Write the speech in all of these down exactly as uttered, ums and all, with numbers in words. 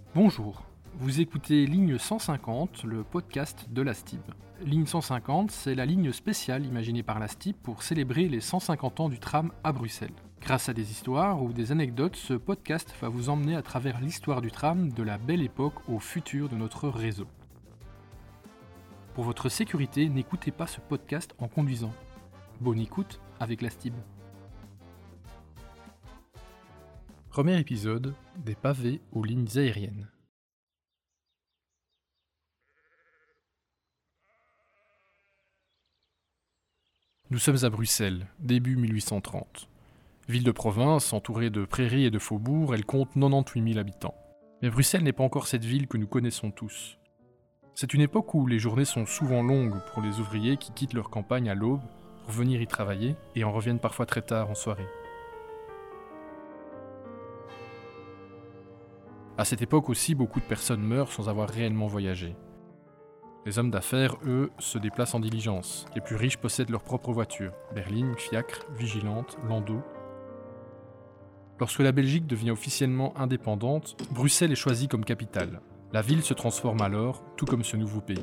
Bonjour, vous écoutez Ligne cent cinquante, le podcast de la S T I B. Ligne cent cinquante, c'est la ligne spéciale imaginée par la S T I B pour célébrer les cent cinquante ans du tram à Bruxelles. Grâce à des histoires ou des anecdotes, ce podcast va vous emmener à travers l'histoire du tram de la belle époque au futur de notre réseau. Pour votre sécurité, n'écoutez pas ce podcast en conduisant. Bonne écoute avec la S T I B. Premier épisode, des pavés aux lignes aériennes. Nous sommes à Bruxelles, début mille huit cent trente. Ville de province, entourée de prairies et de faubourgs, elle compte quatre-vingt-dix-huit mille habitants. Mais Bruxelles n'est pas encore cette ville que nous connaissons tous. C'est une époque où les journées sont souvent longues pour les ouvriers qui quittent leur campagne à l'aube pour venir y travailler et en reviennent parfois très tard en soirée. À cette époque aussi, beaucoup de personnes meurent sans avoir réellement voyagé. Les hommes d'affaires, eux, se déplacent en diligence. Les plus riches possèdent leur propre voiture. Berline, Fiacre, Vigilante, Landau. Lorsque la Belgique devient officiellement indépendante, Bruxelles est choisie comme capitale. La ville se transforme alors, tout comme ce nouveau pays.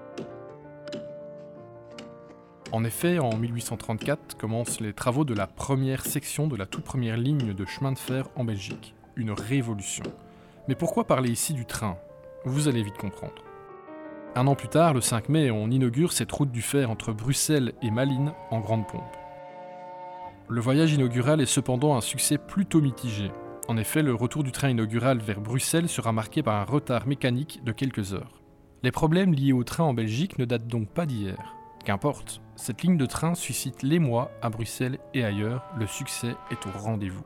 En effet, en mille huit cent trente-quatre commencent les travaux de la première section de la toute première ligne de chemin de fer en Belgique. Une révolution. Mais pourquoi parler ici du train ? Vous allez vite comprendre. Un an plus tard, le cinq mai, on inaugure cette route du fer entre Bruxelles et Malines en grande pompe. Le voyage inaugural est cependant un succès plutôt mitigé. En effet, le retour du train inaugural vers Bruxelles sera marqué par un retard mécanique de quelques heures. Les problèmes liés au train en Belgique ne datent donc pas d'hier. Qu'importe, cette ligne de train suscite l'émoi à Bruxelles et ailleurs, le succès est au rendez-vous.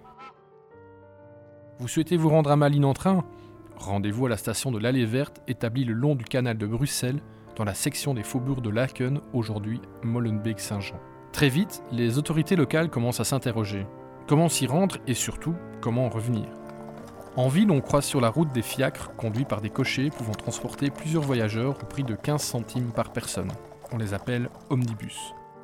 Vous souhaitez vous rendre à Malines en train ? Rendez-vous à la station de l'Allée Verte établie le long du canal de Bruxelles, dans la section des faubourgs de Laken, aujourd'hui Molenbeek-Saint-Jean. Très vite, les autorités locales commencent à s'interroger. Comment s'y rendre et surtout, comment en revenir ? En ville, on croise sur la route des fiacres conduits par des cochers pouvant transporter plusieurs voyageurs au prix de quinze centimes par personne. On les appelle omnibus.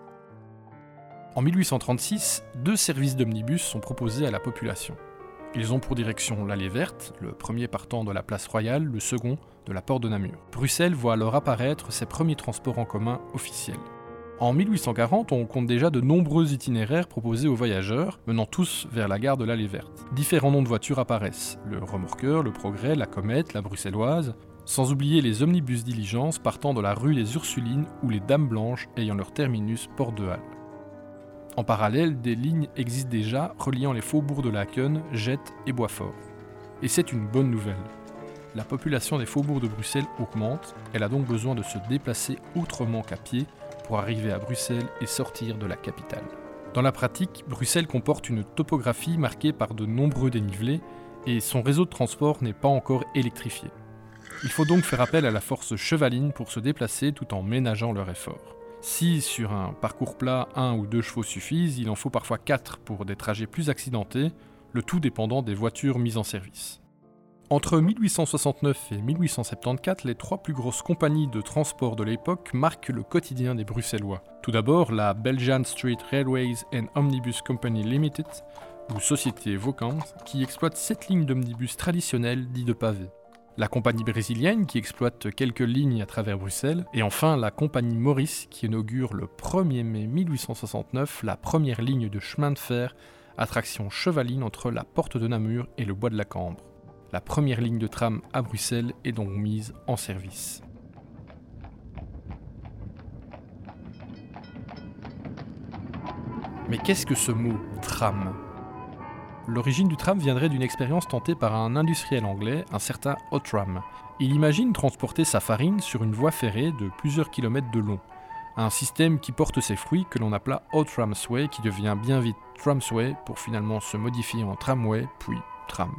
En mille huit cent trente-six, deux services d'omnibus sont proposés à la population. Ils ont pour direction l'Allée Verte, le premier partant de la place Royale, le second de la Porte de Namur. Bruxelles voit alors apparaître ses premiers transports en commun officiels. En mille huit cent quarante, on compte déjà de nombreux itinéraires proposés aux voyageurs, menant tous vers la gare de l'Allée Verte. Différents noms de voitures apparaissent, le remorqueur, le Progrès, la Comète, la Bruxelloise, sans oublier les omnibus diligence partant de la rue des Ursulines ou les Dames Blanches ayant leur terminus Porte de Halle. En parallèle, des lignes existent déjà reliant les faubourgs de Laken, Jette et Boisfort. Et c'est une bonne nouvelle. La population des faubourgs de Bruxelles augmente, elle a donc besoin de se déplacer autrement qu'à pied pour arriver à Bruxelles et sortir de la capitale. Dans la pratique, Bruxelles comporte une topographie marquée par de nombreux dénivelés et son réseau de transport n'est pas encore électrifié. Il faut donc faire appel à la force chevaline pour se déplacer tout en ménageant leur effort. Si, sur un parcours plat, un ou deux chevaux suffisent, il en faut parfois quatre pour des trajets plus accidentés, le tout dépendant des voitures mises en service. Entre mille huit cent soixante-neuf et mille huit cent soixante-quatorze, les trois plus grosses compagnies de transport de l'époque marquent le quotidien des Bruxellois. Tout d'abord, la Belgian Street Railways and Omnibus Company Limited, ou Société Vaucans, qui exploite sept lignes d'omnibus traditionnelles dites de pavés. La compagnie brésilienne qui exploite quelques lignes à travers Bruxelles, et enfin la compagnie Maurice qui inaugure le premier mai mille huit cent soixante-neuf la première ligne de chemin de fer à traction chevaline entre la Porte de Namur et le Bois de la Cambre. La première ligne de tram à Bruxelles est donc mise en service. Mais qu'est-ce que ce mot « tram » ? L'origine du tram viendrait d'une expérience tentée par un industriel anglais, un certain Outram. Il imagine transporter sa farine sur une voie ferrée de plusieurs kilomètres de long. Un système qui porte ses fruits que l'on appela Outramsway, qui devient bien vite Tramsway pour finalement se modifier en tramway, puis tram.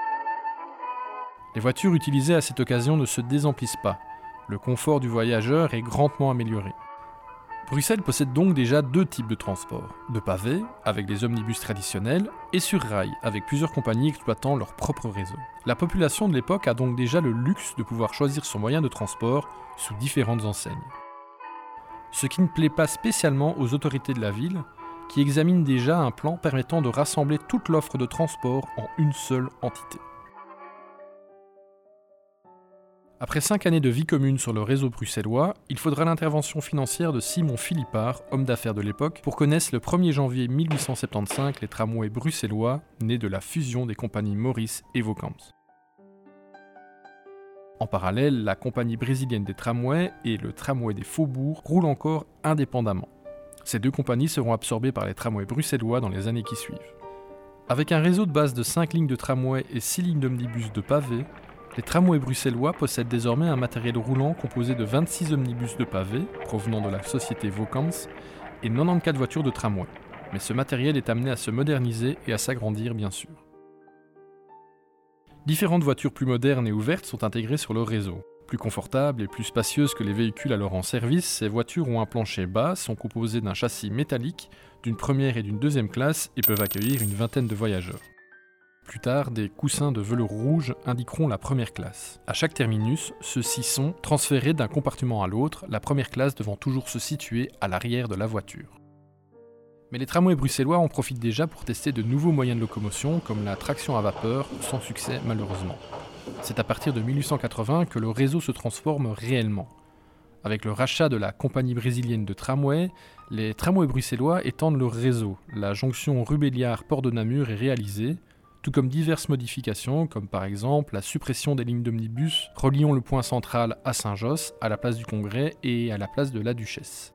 Les voitures utilisées à cette occasion ne se désemplissent pas. Le confort du voyageur est grandement amélioré. Bruxelles possède donc déjà deux types de transport, de pavés, avec des omnibus traditionnels, et sur rail, avec plusieurs compagnies exploitant leur propre réseau. La population de l'époque a donc déjà le luxe de pouvoir choisir son moyen de transport sous différentes enseignes. Ce qui ne plaît pas spécialement aux autorités de la ville, qui examinent déjà un plan permettant de rassembler toute l'offre de transport en une seule entité. Après cinq années de vie commune sur le réseau bruxellois, il faudra l'intervention financière de Simon Philippard, homme d'affaires de l'époque, pour connaître le premier janvier mille huit cent soixante-quinze les tramways bruxellois, nés de la fusion des compagnies Maurice et Vocams. En parallèle, la compagnie brésilienne des tramways et le tramway des faubourgs roulent encore indépendamment. Ces deux compagnies seront absorbées par les tramways bruxellois dans les années qui suivent. Avec un réseau de base de cinq lignes de tramway et six lignes d'omnibus de pavés, les tramways bruxellois possèdent désormais un matériel roulant composé de vingt-six omnibus de pavés, provenant de la société Vocams, et quatre-vingt-quatorze voitures de tramway. Mais ce matériel est amené à se moderniser et à s'agrandir bien sûr. Différentes voitures plus modernes et ouvertes sont intégrées sur le réseau. Plus confortables et plus spacieuses que les véhicules alors en service, ces voitures ont un plancher bas, sont composées d'un châssis métallique, d'une première et d'une deuxième classe et peuvent accueillir une vingtaine de voyageurs. Plus tard, des coussins de velours rouge indiqueront la première classe. À chaque terminus, ceux-ci sont transférés d'un compartiment à l'autre, la première classe devant toujours se situer à l'arrière de la voiture. Mais les tramways bruxellois en profitent déjà pour tester de nouveaux moyens de locomotion, comme la traction à vapeur, sans succès malheureusement. C'est à partir de mille huit cent quatre-vingts que le réseau se transforme réellement. Avec le rachat de la compagnie brésilienne de tramway, les tramways bruxellois étendent leur réseau. La jonction Rubéliard-Port de Namur est réalisée, tout comme diverses modifications, comme par exemple la suppression des lignes d'omnibus reliant le point central à Saint-Josse, à la place du Congrès et à la place de la Duchesse.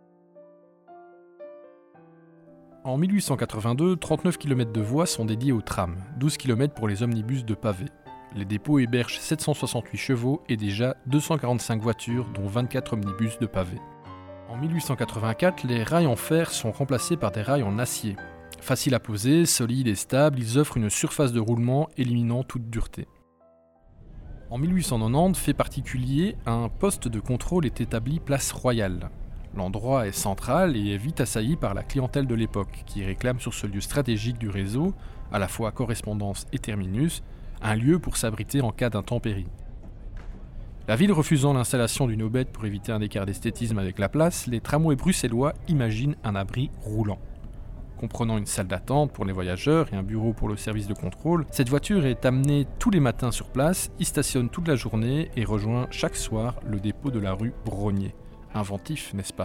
En mille huit cent quatre-vingt-deux, trente-neuf kilomètres de voies sont dédiés aux trams, douze kilomètres pour les omnibus de pavés. Les dépôts hébergent sept cent soixante-huit chevaux et déjà deux cent quarante-cinq voitures, dont vingt-quatre omnibus de pavés. En mille huit cent quatre-vingt-quatre, les rails en fer sont remplacés par des rails en acier. Faciles à poser, solides et stables, ils offrent une surface de roulement éliminant toute dureté. En mille huit cent quatre-vingt-dix, fait particulier, un poste de contrôle est établi place Royale. L'endroit est central et est vite assailli par la clientèle de l'époque, qui réclame sur ce lieu stratégique du réseau, à la fois correspondance et terminus, un lieu pour s'abriter en cas d'intempérie. La ville refusant l'installation d'une aubette pour éviter un écart d'esthétisme avec la place, les tramways bruxellois imaginent un abri roulant. Comprenant une salle d'attente pour les voyageurs et un bureau pour le service de contrôle, cette voiture est amenée tous les matins sur place, y stationne toute la journée et rejoint chaque soir le dépôt de la rue Brognier. Inventif, n'est-ce pas ?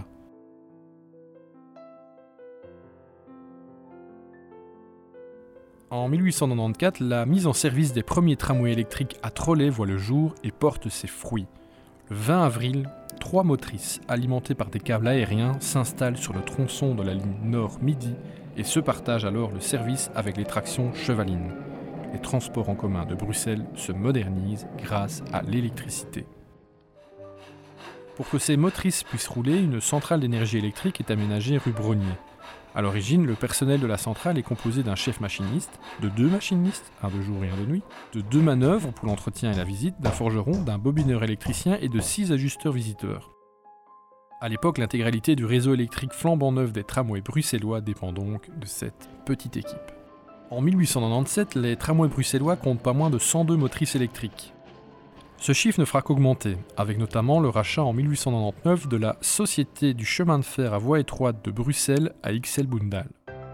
En mille huit cent quatre-vingt-quatorze, la mise en service des premiers tramways électriques à Trollet voit le jour et porte ses fruits. Le vingt avril, trois motrices alimentées par des câbles aériens s'installent sur le tronçon de la ligne Nord-Midi et se partagent alors le service avec les tractions chevalines. Les transports en commun de Bruxelles se modernisent grâce à l'électricité. Pour que ces motrices puissent rouler, une centrale d'énergie électrique est aménagée rue Brognier. À l'origine, le personnel de la centrale est composé d'un chef machiniste, de deux machinistes, un de jour et un de nuit, de deux manœuvres pour l'entretien et la visite, d'un forgeron, d'un bobineur électricien et de six ajusteurs visiteurs. À l'époque, l'intégralité du réseau électrique flambant neuf des tramways bruxellois dépend donc de cette petite équipe. En mille huit cent quatre-vingt-dix-sept, les tramways bruxellois comptent pas moins de cent deux motrices électriques. Ce chiffre ne fera qu'augmenter, avec notamment le rachat en mille huit cent quatre-vingt-dix-neuf de la Société du chemin de fer à voie étroite de Bruxelles à Ixelles-Boendal.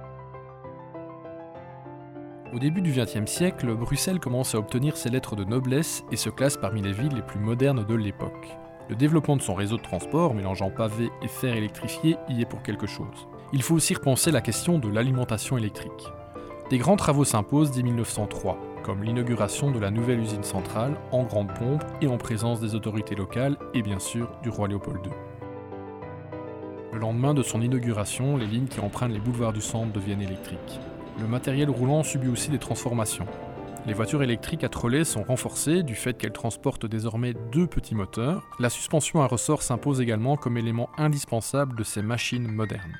Au début du vingtième siècle, Bruxelles commence à obtenir ses lettres de noblesse et se classe parmi les villes les plus modernes de l'époque. Le développement de son réseau de transport, mélangeant pavés et fer électrifié, y est pour quelque chose. Il faut aussi repenser la question de l'alimentation électrique. Des grands travaux s'imposent dès mille neuf cent trois, comme l'inauguration de la nouvelle usine centrale en grande pompe et en présence des autorités locales et bien sûr du roi Léopold deux. Le lendemain de son inauguration, les lignes qui empruntent les boulevards du centre deviennent électriques. Le matériel roulant subit aussi des transformations. Les voitures électriques à trolleys sont renforcées du fait qu'elles transportent désormais deux petits moteurs. La suspension à ressort s'impose également comme élément indispensable de ces machines modernes.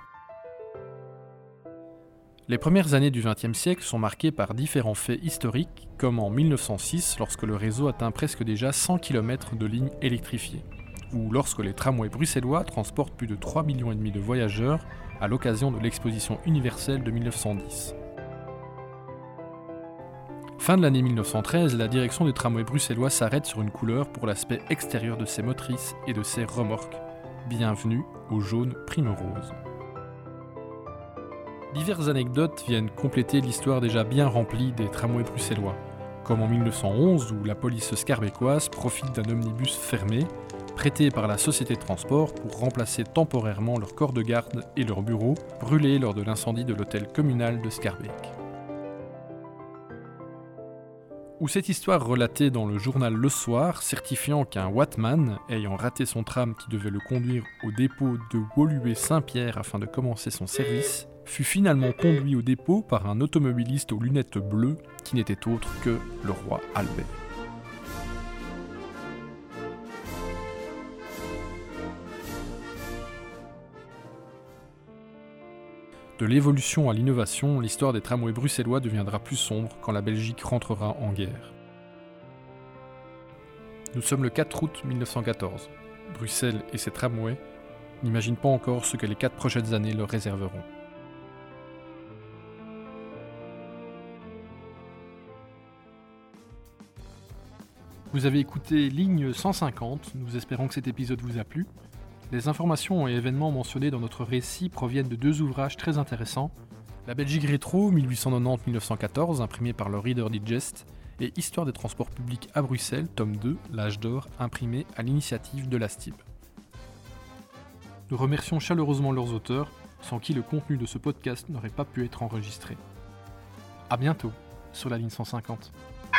Les premières années du vingtième siècle sont marquées par différents faits historiques, comme en mille neuf cent six, lorsque le réseau atteint presque déjà cent kilomètres de lignes électrifiées, ou lorsque les tramways bruxellois transportent plus de trois virgule cinq millions de voyageurs à l'occasion de l'exposition universelle de mille neuf cent dix. Fin de l'année mille neuf cent treize, la direction des tramways bruxellois s'arrête sur une couleur pour l'aspect extérieur de ses motrices et de ses remorques. Bienvenue au jaune prime-rose. Diverses anecdotes viennent compléter l'histoire déjà bien remplie des tramways bruxellois. Comme en mille neuf cent onze où la police scarbecoise profite d'un omnibus fermé, prêté par la société de transport pour remplacer temporairement leur corps de garde et leurs bureaux brûlés lors de l'incendie de l'hôtel communal de Scarbeck. Ou cette histoire relatée dans le journal Le Soir certifiant qu'un Watman, ayant raté son tram qui devait le conduire au dépôt de Woluwe-Saint-Pierre afin de commencer son service, fut finalement conduit au dépôt par un automobiliste aux lunettes bleues qui n'était autre que le roi Albert. De l'évolution à l'innovation, l'histoire des tramways bruxellois deviendra plus sombre quand la Belgique rentrera en guerre. Nous sommes le quatre août mille neuf cent quatorze. Bruxelles et ses tramways n'imaginent pas encore ce que les quatre prochaines années leur réserveront. Vous avez écouté Ligne cent cinquante, nous espérons que cet épisode vous a plu. Les informations et événements mentionnés dans notre récit proviennent de deux ouvrages très intéressants, La Belgique rétro mille huit cent quatre-vingt-dix à mille neuf cent quatorze, imprimé par le Reader Digest, et Histoire des transports publics à Bruxelles, tome deux, L'âge d'or, imprimé à l'initiative de l'A S T I B. Nous remercions chaleureusement leurs auteurs, sans qui le contenu de ce podcast n'aurait pas pu être enregistré. A bientôt sur la ligne cent cinquante.